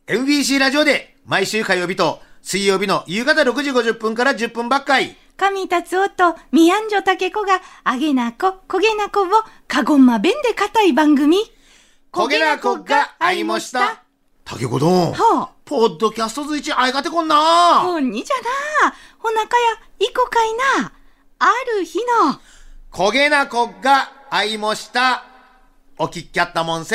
MBC ラジオで毎週火曜日と水曜日の夕方6時50分から10分ばっかり。 上達夫と宮んじょたけこがあげなこ、こげなこをかごんま弁で固い番組。 こげなこが会いました。たけこどん。 はあ。 ポッドキャストずいちあいがてこんな。 ほんにじゃな。ほなかや、いこかいな。ある日の。 こげなこが会いました。おきっきゃったもんせ。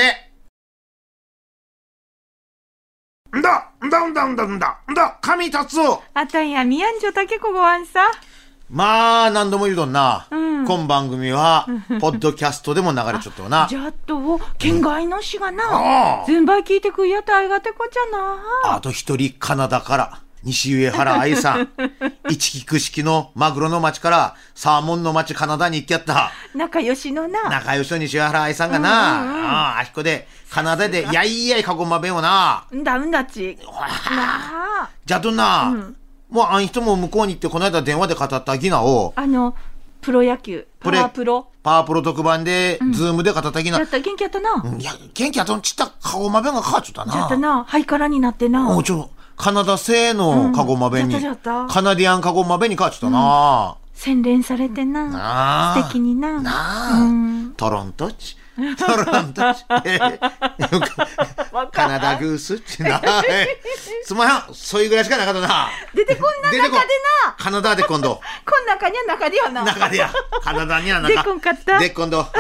んだ神達夫。 あたんや宮んじょたけこごわんさ。 まあ何度も言うとんな、 うん、 今番組はポッドキャストでも流れちゃったよな。 じゃっと県外の詩がな、全売聞いてくいやったあいがてこちゃな。 あと一人カナダから西上原愛さん一菊式のマグロの町からサーモンの町カナダに行きやった。 仲良しの西上原愛さんがな、あひこでカナダでやいやいかごまべんをな。 んだちな。 じゃとな、もうあん人も向こうに行ってこの間電話で語ったギナをプロ野球パワープロ特番で、ズームで語ったギナやった元気やったな。 いや元気やったのちったかごまべんがかかっちゃったな。 じゃったなハイカラになってな。 カナダ製のかごまべんに、カナディアンかごまべんにかかっちゃったな。 洗練されてな。素敵にな。 トロントチカナダグースってな。すまん、そういうぐらいしかなかったな。 出てこんな中でな。 カナダで今度。 こん中には中ではな。 中でや。カナダには中。 でこんかった。 で今度。はい。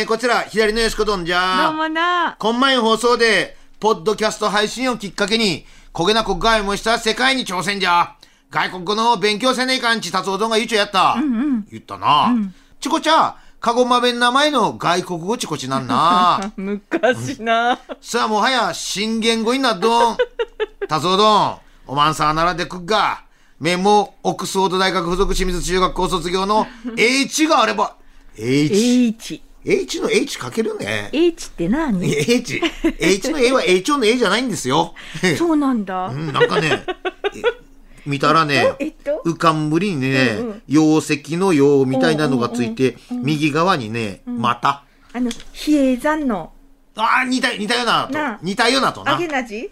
こちら、左のよしこどんじゃ。 どうもな。 今前放送で、ポッドキャスト配信をきっかけに、こげな国外もした世界に挑戦じゃ。外国語の勉強せねえかんち、達夫どんが言うちょやった。言ったな。ちこちゃ、かごまべん名前の外国語ちこちなんな。 昔な。 さあもはや新言語になっどん。達夫どん、おまんさんならでくっが、めもオックスフォード大学附属清水中学校卒業の H があれば、H の H かけるね。 H って何？ H の A は H の A じゃないんですよ。 そうなんだ。 なんかね、見たらね、浮かんぶりにね、溶石の溶みたいなのがついて、右側にね、また。 比叡山の。 似たようなと。似たようなとな。 あげなじ。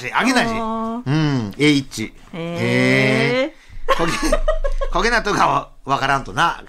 H。こげなとかわからんとな。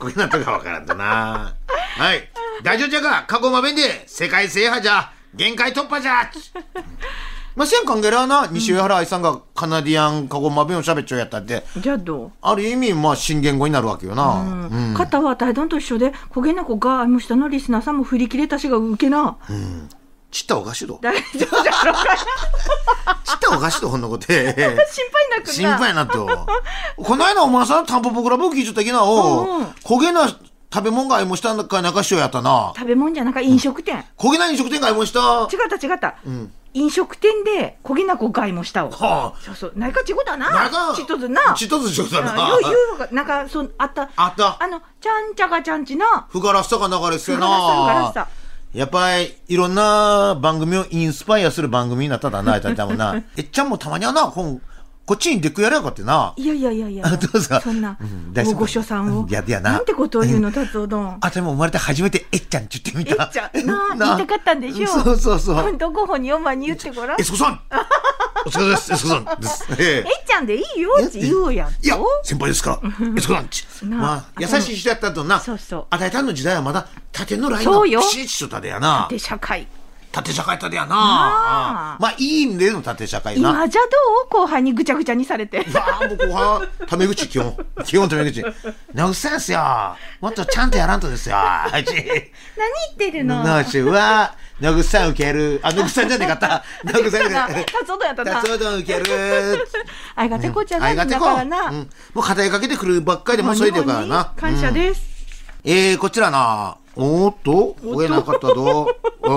はい。大丈夫じゃが、かごまべんで世界制覇じゃ、限界突破じゃ。まあ、せんかんげらな、西上原愛さんがカナディアンかごまべんを喋っちゃうやったって。 じゃあどう？ ある意味、まあ、新言語になるわけよな。 方は大団と一緒で、こげなこが、あの下のリスナーさんも振り切れたしが受けな。 ちったおかしいど。 大丈夫じゃろか。 ちったおかしいど、ほんのことで。 心配なと。この間お前さん、タンポポクラブ聞いちゃったきなお、こげな食べ物があいもしたんだか中しようやったな。 食べ物じゃなか飲食店。 こげな飲食店があいもした。 違った。飲食店でこげなこがいもしたを。そう。ないかちごだな。ちっとずな。なんか、あった。ちゃんちゃがちゃんちな。 ふがらっさが流れせな。やっぱり、いろんな番組をインスパイアする番組になったんだな、たもんな。えっちゃんもたまにはな、こっちにデクやらやかってな。 いや。 どうぞ。 そんな、大御所さんを。 いやな。 なんてことを言うの、達夫どん。 でも生まれて初めてえっちゃんって言ってみた。 えっちゃん。言いたかったんでしょ。 そう。 今度ご本にお前に言ってごらん。 えそこさんお疲れです。えそこさんです。 えっちゃんでいいよって言うやん。 いや、先輩ですから。えそこさんち。まあ、優しい人やったとな。 そう。 あたいたんの時代はまだ縦のラインがピシッとしとったでやな。 縦社会たでやな。まあいい意味での縦社会な。 今じゃどう後輩にぐちゃぐちゃにされて。 いやもう後輩はタメ口基本タメ口。なぐさんすよ。もっとちゃんとやらんとですよ。何言ってるの。 なぐさん受ける。なぐさんじゃねえかった。なぐさんが。 達夫どんやったな。 達夫どん受ける。 あいがてこちゃなんだからな。 もう肩かけてくるばっかりでもうそれでよからな。 感謝です。 こちらな。こえなかったど。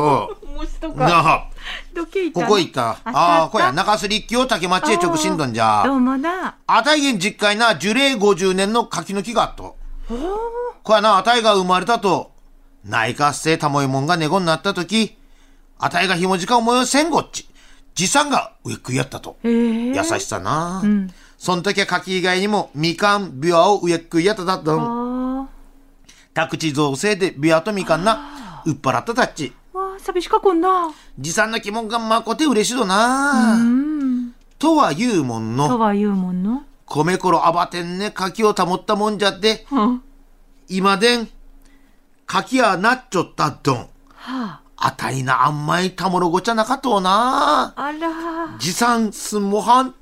ここ行った。こや、中洲立教竹町へ直進どんじゃ。 どうもな。 あたいげん実家にな、樹齢50年の柿の木があっと。こやな、あたいが生まれたと、内閣生たもえもんが寝子になったとき、あたいがひもじか思いをせんごっち、じさんが植え食いやったと。優しさな。そん時は柿以外にも、みかん、ビワを植え食いやっただと。宅地造成でビワとみかんな、うっぱらったたっち。 寂しかこんな。 持参の着物がまこて嬉しいどな。とは言うもんの。米ころあばてんね柿を保ったもんじゃって、今でん柿はなっちょったどん。あたいなあんまいたもろごちゃなかとな。 あら。 持参すんもはんって。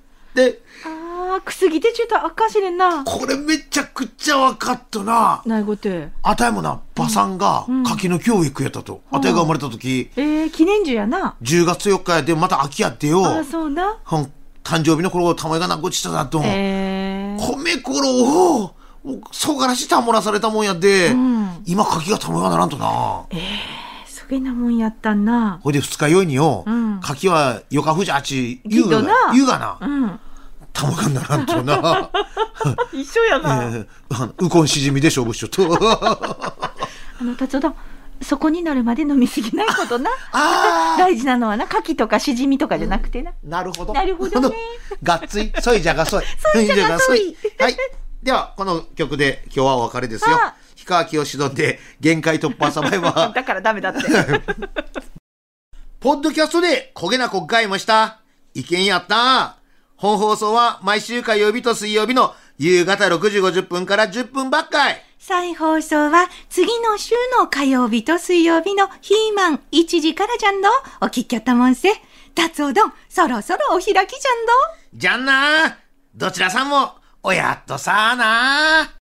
くすぎてちゅうとあかしれんな。 これめちゃくちゃわかっとな。 ないごて。 あたいもな、ばさんが柿の教育やったと。あたいが生まれた時。 記念樹やな。 10月4日やでまた秋やってよ。 そうな。 誕生日の頃たまえがなごちしただと。米ころをそがらしたもらされたもんやで、今柿がたまえがならんとな。 そげなもんやったんな。 ほいで二日酔いによ、柿はよかふじゃち言うがな。たまがならんとな。 一緒やな。 うこんしじみで勝負しちょっと。 達夫だ、そこになるまで飲みすぎないことな。大事なのはな、牡蠣とかしじみとかじゃなくてな。 なるほど。 なるほどね。 がっつい、そいじゃがそい。 そいじゃがそい。 はい。では、この曲で今日はお別れですよ。氷川きよしどんで限界突破サバイバー。 だからダメだって。 ポッドキャストで焦げな国会もした。意見やった。本放送は毎週火曜日と水曜日の夕方6時50分から10分ばっかい。 再放送は次の週の火曜日と水曜日のヒーマン1時からじゃんど。お聞きやったもんせ。達夫どん、そろそろお開きじゃんど。 じゃんな。どちらさんも、おやっとさあな。